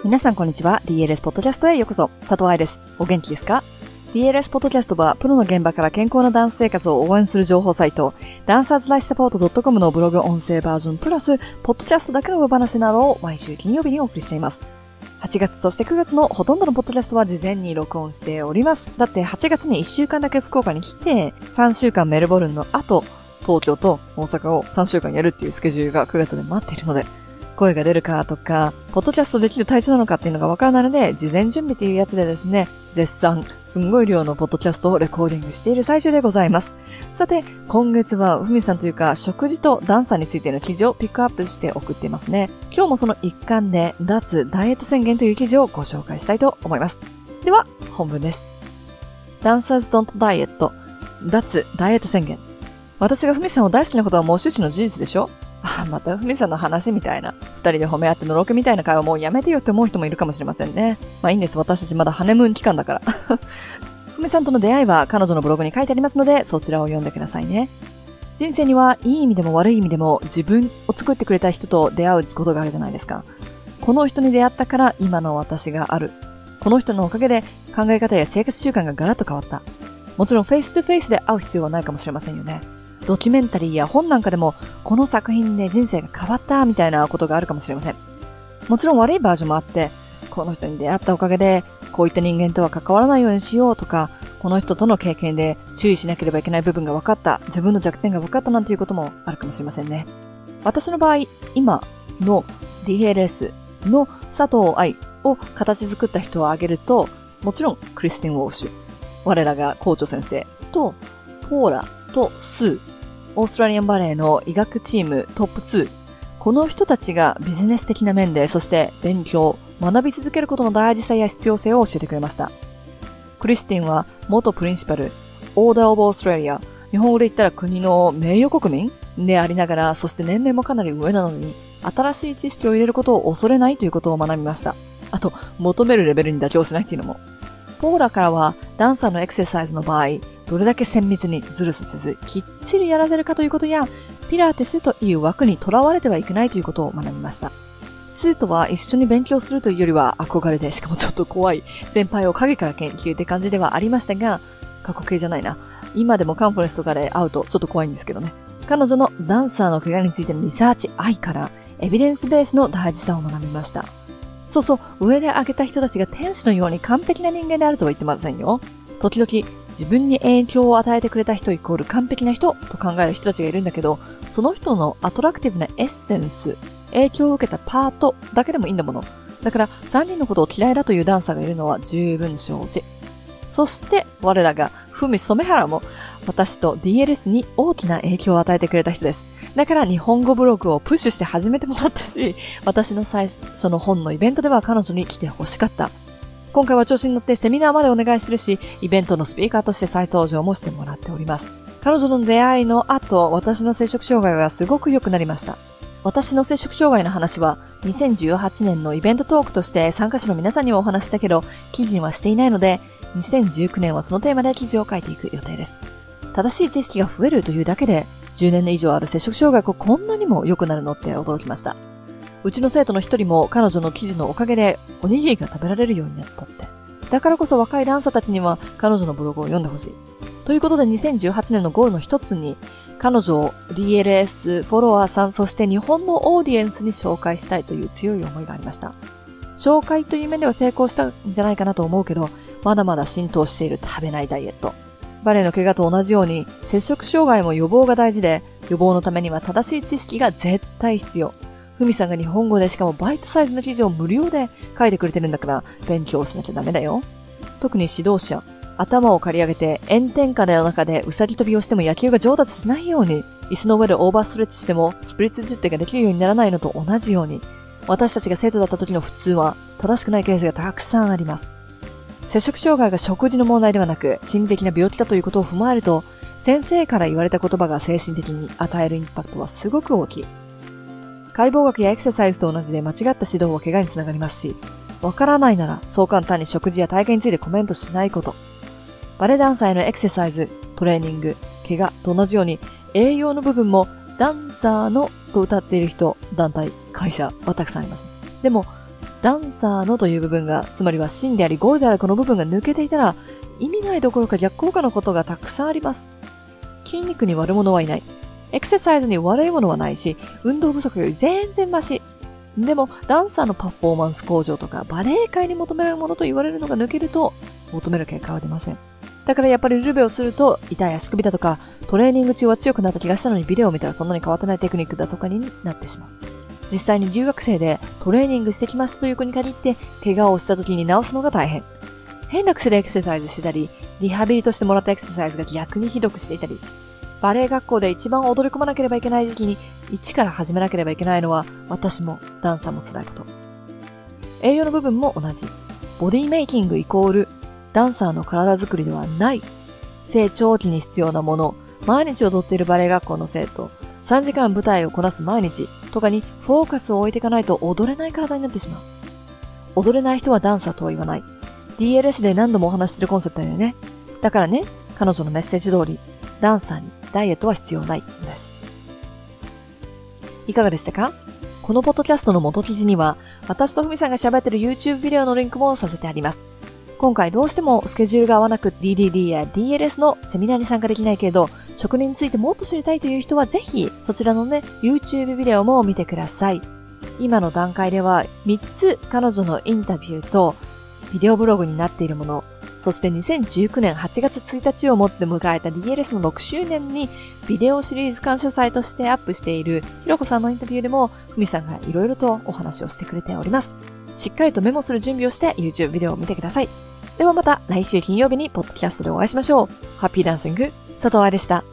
皆さんこんにちは。DLS ポッドキャストへようこそ。佐藤愛です。お元気ですか？ DLS ポッドキャストはプロの現場から健康なダンス生活を応援する情報サイト、ダンサーズライフサポート .com のブログ音声バージョンプラス、ポッドキャストだけの裏話などを毎週金曜日にお送りしています。8月そして9月のほとんどのポッドキャストは事前に録音しております。だって8月に1週間だけ福岡に来て、3週間メルボルンの後、東京と大阪を3週間やるっていうスケジュールが9月で待っているので、声が出るかとか、ポッドキャストできる体調なのかっていうのがわからないので、事前準備っていうやつでですね、絶賛、すんごい量のポッドキャストをレコーディングしている最中でございます。さて、今月はふみさんというか、食事とダンサーについての記事をピックアップして送っていますね。今日もその一環で、脱ダイエット宣言という記事をご紹介したいと思います。では、本文です。Dancers don't diet 脱ダイエット宣言。私がふみさんを大好きなことはもう周知の事実でしょ？またふみさんの話みたいな、二人で褒め合ってのろけみたいな会話もうやめてよって思う人もいるかもしれませんね。まあいいんです。私たちまだハネムーン期間だから。ふみさんとの出会いは彼女のブログに書いてありますので、そちらを読んでくださいね。人生にはいい意味でも悪い意味でも自分を作ってくれた人と出会うことがあるじゃないですか。この人に出会ったから今の私がある。この人のおかげで考え方や生活習慣がガラッと変わった。もちろんフェイストゥフェイスで会う必要はないかもしれませんよね。ドキュメンタリーや本なんかでもこの作品で人生が変わったみたいなことがあるかもしれません。もちろん悪いバージョンもあって、この人に出会ったおかげでこういった人間とは関わらないようにしようとか、この人との経験で注意しなければいけない部分が分かった、自分の弱点が分かったなんていうこともあるかもしれませんね。私の場合、今の DLS の佐藤愛を形作った人を挙げると、もちろんクリスティン・ウォーシュ、我らが校長先生とポーラとスー、オーストラリアンバレーの医学チームトップ2。この人たちがビジネス的な面で、そして勉強、学び続けることの大事さや必要性を教えてくれました。クリスティンは元プリンシパル、オーダーオブオーストラリア、日本語で言ったら国の名誉国民でありながら、そして年齢もかなり上なのに、新しい知識を入れることを恐れないということを学びました。あと、求めるレベルに妥協しないっていうのも。ポーラからは、ダンサーのエクササイズの場合、どれだけ綿密にズルさせず、きっちりやらせるかということや、ピラティスという枠にとらわれてはいけないということを学びました。スーとは一緒に勉強するというよりは憧れで、しかもちょっと怖い先輩を影から研究って感じではありましたが、過去形じゃないな。今でもカンファレンスとかで会うとちょっと怖いんですけどね。彼女のダンサーの怪我についてのリサーチ愛から、エビデンスベースの大事さを学びました。そうそう、上で挙げた人たちが天使のように完璧な人間であるとは言ってませんよ。時々、自分に影響を与えてくれた人イコール完璧な人と考える人たちがいるんだけど、その人のアトラクティブなエッセンス、影響を受けたパートだけでもいいんだもの。だから3人のことを嫌いだというダンサーがいるのは十分承知。そして我らがふみ染原も私と DLS に大きな影響を与えてくれた人です。だから日本語ブログをプッシュして始めてもらったし、私の最初の本のイベントでは彼女に来てほしかった。今回は調子に乗ってセミナーまでお願いしてるし、イベントのスピーカーとして再登場もしてもらっております。彼女の出会いの後、私の摂食障害はすごく良くなりました。私の摂食障害の話は2018年のイベントトークとして参加者の皆さんにはお話したけど、記事にはしていないので、2019年はそのテーマで記事を書いていく予定です。正しい知識が増えるというだけで、10年以上ある摂食障害がこんなにも良くなるのって驚きました。うちの生徒の一人も彼女の記事のおかげでおにぎりが食べられるようになったって。だからこそ若いダンサーたちには彼女のブログを読んでほしい。ということで2018年のゴールの一つに彼女を DLS フォロワーさん、そして日本のオーディエンスに紹介したいという強い思いがありました。紹介という面では成功したんじゃないかなと思うけど、まだまだ浸透している食べないダイエット。バレエの怪我と同じように摂食障害も予防が大事で、予防のためには正しい知識が絶対必要。ふみさんが日本語でしかもバイトサイズの記事を無料で書いてくれてるんだから勉強しなきゃダメだよ。特に指導者、頭を刈り上げて炎天下の中でうさぎ跳びをしても野球が上達しないように、椅子の上でオーバーストレッチしてもスプリッツ10点ができるようにならないのと同じように、私たちが生徒だった時の普通は正しくないケースがたくさんあります。摂食障害が食事の問題ではなく心理的な病気だということを踏まえると、先生から言われた言葉が精神的に与えるインパクトはすごく大きい。解剖学やエクササイズと同じで間違った指導は怪我につながりますし、わからないならそう簡単に食事や体験についてコメントしないこと。バレエダンサーへのエクササイズ、トレーニング、怪我と同じように栄養の部分もダンサーのと歌っている人、団体、会社はたくさんあります。でもダンサーのという部分が、つまりは芯でありゴールであるこの部分が抜けていたら、意味ないどころか逆効果のことがたくさんあります。筋肉に悪者はいない。エクササイズに悪いものはないし、運動不足より全然マシ。でも、ダンサーのパフォーマンス向上とか、バレエ界に求められるものと言われるのが抜けると、求める結果は出ません。だからやっぱりルベをすると、痛い足首だとか、トレーニング中は強くなった気がしたのにビデオを見たらそんなに変わってないテクニックだとかになってしまう。実際に留学生でトレーニングしてきますという子に限って、怪我をした時に治すのが大変。変な癖でエクササイズしてたり、リハビリとしてもらったエクササイズが逆にひどくしていたり、バレエ学校で一番踊り込まなければいけない時期に一から始めなければいけないのは私もダンサーも辛いこと。栄養の部分も同じ。ボディメイキングイコールダンサーの体作りではない。成長期に必要なもの、毎日踊っているバレエ学校の生徒、3時間舞台をこなす毎日とかにフォーカスを置いていかないと踊れない体になってしまう。踊れない人はダンサーとは言わない。DLS で何度もお話してるコンセプトだよね。だからね、彼女のメッセージ通り、ダンサーにダイエットは必要ないんです。いかがでしたか？このポッドキャストの元記事には、私とふみさんが喋ってる YouTube ビデオのリンクもさせてあります。今回どうしてもスケジュールが合わなく DDD や DLS のセミナーに参加できないけれど、職人についてもっと知りたいという人はぜひ、そちらのね、YouTube ビデオも見てください。今の段階では3つ彼女のインタビューとビデオブログになっているもの、そして2019年8月1日をもって迎えた DLS の6周年にビデオシリーズ感謝祭としてアップしているひろこさんのインタビューでもふみさんがいろいろとお話をしてくれております。しっかりとメモする準備をして YouTube ビデオを見てください。ではまた来週金曜日にポッドキャストでお会いしましょう。ハッピーダンシング、佐藤愛でした。